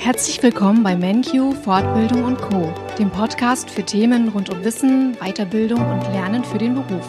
Herzlich willkommen bei MenQ Fortbildung und Co., dem Podcast für Themen rund um Wissen, Weiterbildung und Lernen für den Beruf.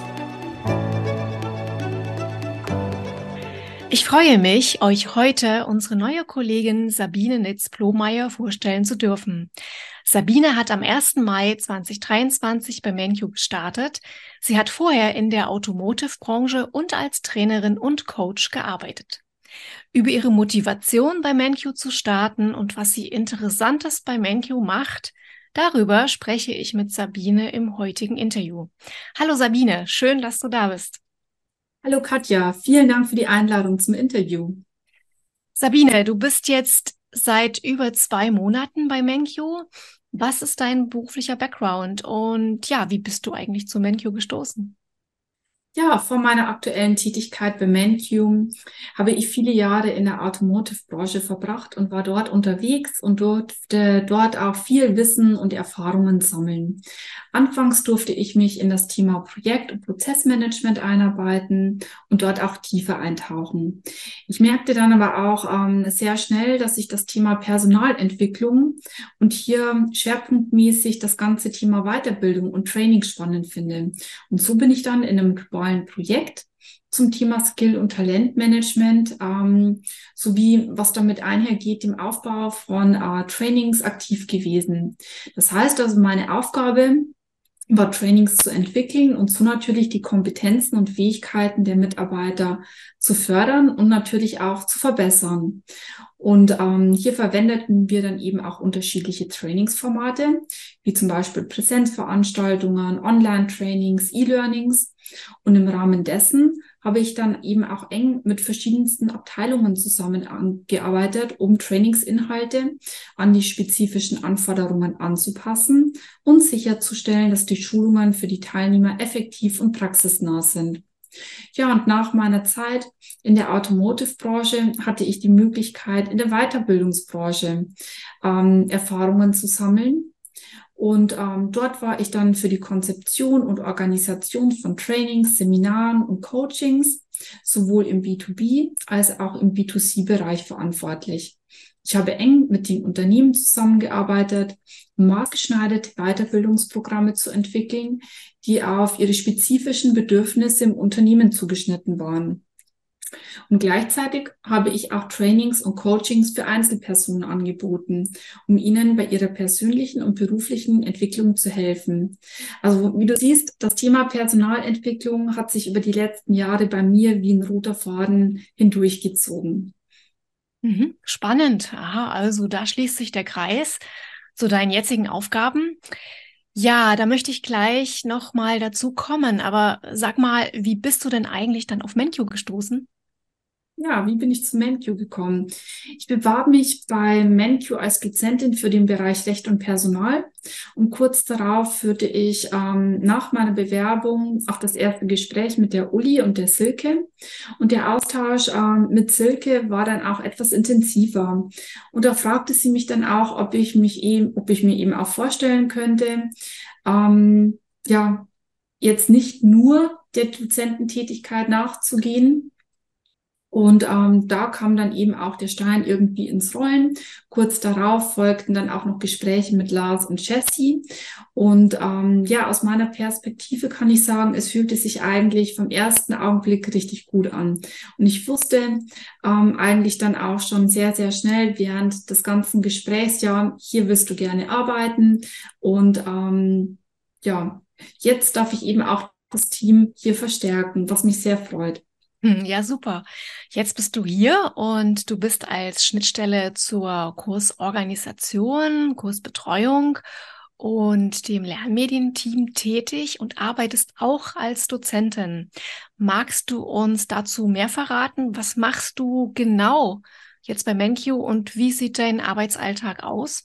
Ich freue mich, euch heute unsere neue Kollegin Sabine Nitz-Plohmeier vorstellen zu dürfen. Sabine hat am 1. Mai 2023 bei MenQ gestartet. Sie hat vorher in der Automotive-Branche und als Trainerin und Coach gearbeitet. Über ihre Motivation bei MenQ zu starten und was sie Interessantes bei MenQ macht, darüber spreche ich mit Sabine im heutigen Interview. Hallo Sabine, schön, dass du da bist. Hallo Katja, vielen Dank für die Einladung zum Interview. Sabine, du bist jetzt seit über 2 Monaten bei MenQ. Was ist dein beruflicher Background und ja, wie bist du eigentlich zu MenQ gestoßen? Ja, vor meiner aktuellen Tätigkeit bei MenQ habe ich viele Jahre in der Automotive-Branche verbracht und war dort unterwegs und durfte dort auch viel Wissen und Erfahrungen sammeln. Anfangs durfte ich mich in das Thema Projekt- und Prozessmanagement einarbeiten und dort auch tiefer eintauchen. Ich merkte dann aber auch sehr schnell, dass ich das Thema Personalentwicklung und hier schwerpunktmäßig das ganze Thema Weiterbildung und Training spannend finde. Und so bin ich dann in einem globalen Projekt zum Thema Skill- und Talentmanagement sowie was damit einhergeht, dem Aufbau von Trainings aktiv gewesen. Das heißt also, meine Aufgabe war, Trainings zu entwickeln und so natürlich die Kompetenzen und Fähigkeiten der Mitarbeiter zu fördern und natürlich auch zu verbessern. Und hier verwendeten wir dann eben auch unterschiedliche Trainingsformate, wie zum Beispiel Präsenzveranstaltungen, Online-Trainings, E-Learnings. Und im Rahmen dessen habe ich dann eben auch eng mit verschiedensten Abteilungen zusammengearbeitet, um Trainingsinhalte an die spezifischen Anforderungen anzupassen und sicherzustellen, dass die Schulungen für die Teilnehmer effektiv und praxisnah sind. Ja, und nach meiner Zeit in der Automotive-Branche hatte ich die Möglichkeit, in der Weiterbildungsbranche Erfahrungen zu sammeln. Und dort war ich dann für die Konzeption und Organisation von Trainings, Seminaren und Coachings sowohl im B2B als auch im B2C-Bereich verantwortlich. Ich habe eng mit den Unternehmen zusammengearbeitet, um maßgeschneiderte Weiterbildungsprogramme zu entwickeln, die auf ihre spezifischen Bedürfnisse im Unternehmen zugeschnitten waren. Und gleichzeitig habe ich auch Trainings und Coachings für Einzelpersonen angeboten, um ihnen bei ihrer persönlichen und beruflichen Entwicklung zu helfen. Also wie du siehst, das Thema Personalentwicklung hat sich über die letzten Jahre bei mir wie ein roter Faden hindurchgezogen. Spannend. Aha, also da schließt sich der Kreis zu deinen jetzigen Aufgaben. Ja, da möchte ich gleich noch mal dazu kommen. Aber sag mal, wie bist du denn eigentlich dann auf MenQ gestoßen? Ja, wie bin ich zu MenQ gekommen? Ich bewarb mich bei MenQ als Dozentin für den Bereich Recht und Personal und kurz darauf führte ich nach meiner Bewerbung auch das erste Gespräch mit der Uli und der Silke. Und der Austausch mit Silke war dann auch etwas intensiver. Und da fragte sie mich dann auch, ob ich mir eben auch vorstellen könnte, ja, jetzt nicht nur der Dozententätigkeit nachzugehen. Und da kam dann eben auch der Stein irgendwie ins Rollen. Kurz darauf folgten dann auch noch Gespräche mit Lars und Jessie. Und ja, aus meiner Perspektive kann ich sagen, es fühlte sich eigentlich vom ersten Augenblick richtig gut an. Und ich wusste eigentlich dann auch schon sehr, sehr schnell während des ganzen Gesprächs, ja, hier wirst du gerne arbeiten. Und ja, jetzt darf ich eben auch das Team hier verstärken, was mich sehr freut. Ja, super. Jetzt bist du hier und du bist als Schnittstelle zur Kursorganisation, Kursbetreuung und dem Lernmedienteam tätig und arbeitest auch als Dozentin. Magst du uns dazu mehr verraten? Was machst du genau jetzt bei MenQ und wie sieht dein Arbeitsalltag aus?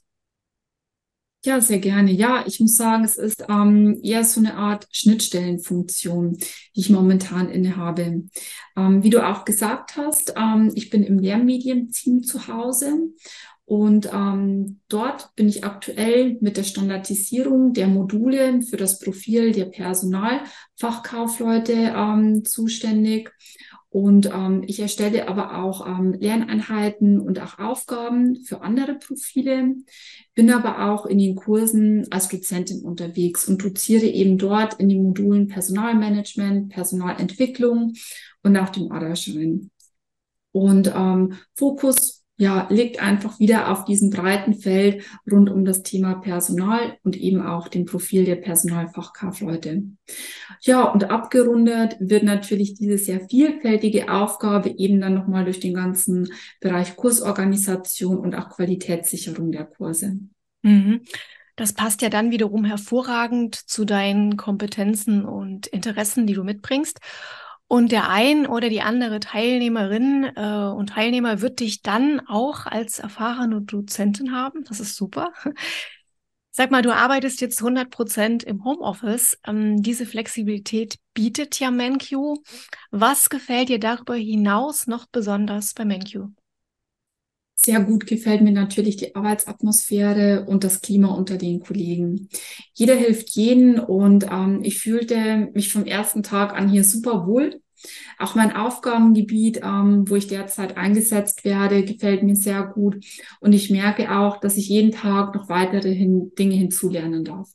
Ja, sehr gerne. Ja, ich muss sagen, es ist eher so eine Art Schnittstellenfunktion, die ich momentan innehabe. Wie du auch gesagt hast, ich bin im Lehrmedienteam zu Hause und dort bin ich aktuell mit der Standardisierung der Module für das Profil der Personalfachkaufleute zuständig. Und ich erstelle aber auch Lerneinheiten und auch Aufgaben für andere Profile, bin aber auch in den Kursen als Dozentin unterwegs und doziere eben dort in den Modulen Personalmanagement, Personalentwicklung und nach dem ADA-Schein. Und Fokus ja, liegt einfach wieder auf diesem breiten Feld rund um das Thema Personal und eben auch dem Profil der Personalfachkaufleute. Ja, und abgerundet wird natürlich diese sehr vielfältige Aufgabe eben dann nochmal durch den ganzen Bereich Kursorganisation und auch Qualitätssicherung der Kurse. Mhm. Das passt ja dann wiederum hervorragend zu deinen Kompetenzen und Interessen, die du mitbringst. Und der ein oder die andere Teilnehmerin und Teilnehmer wird dich dann auch als erfahrene Dozentin haben. Das ist super. Sag mal, du arbeitest jetzt 100% im Homeoffice. Diese Flexibilität bietet ja MenQ. Was gefällt dir darüber hinaus noch besonders bei MenQ? Sehr gut gefällt mir natürlich die Arbeitsatmosphäre und das Klima unter den Kollegen. Jeder hilft jeden und ich fühlte mich vom ersten Tag an hier super wohl. Auch mein Aufgabengebiet, wo ich derzeit eingesetzt werde, gefällt mir sehr gut. Und ich merke auch, dass ich jeden Tag noch weitere Dinge hinzulernen darf.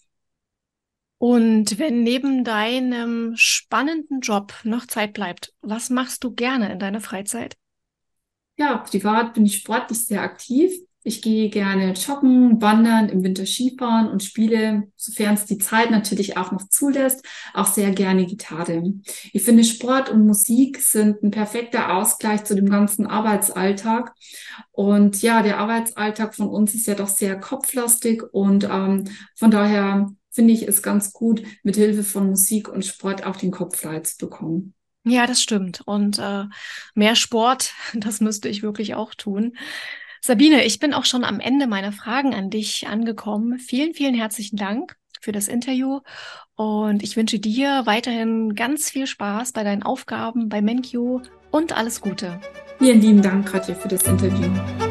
Und wenn neben deinem spannenden Job noch Zeit bleibt, was machst du gerne in deiner Freizeit? Ja, privat bin ich sportlich sehr aktiv. Ich gehe gerne joggen, wandern, im Winter Skifahren und spiele, sofern es die Zeit natürlich auch noch zulässt, auch sehr gerne Gitarre. Ich finde, Sport und Musik sind ein perfekter Ausgleich zu dem ganzen Arbeitsalltag. Und ja, der Arbeitsalltag von uns ist ja doch sehr kopflastig und von daher finde ich es ganz gut, mit Hilfe von Musik und Sport auch den Kopf frei zu bekommen. Ja, das stimmt. Und mehr Sport, das müsste ich wirklich auch tun. Sabine, ich bin auch schon am Ende meiner Fragen an dich angekommen. Vielen, vielen herzlichen Dank für das Interview und ich wünsche dir weiterhin ganz viel Spaß bei deinen Aufgaben bei MenQ und alles Gute. Vielen lieben Dank, Katja, für das Interview.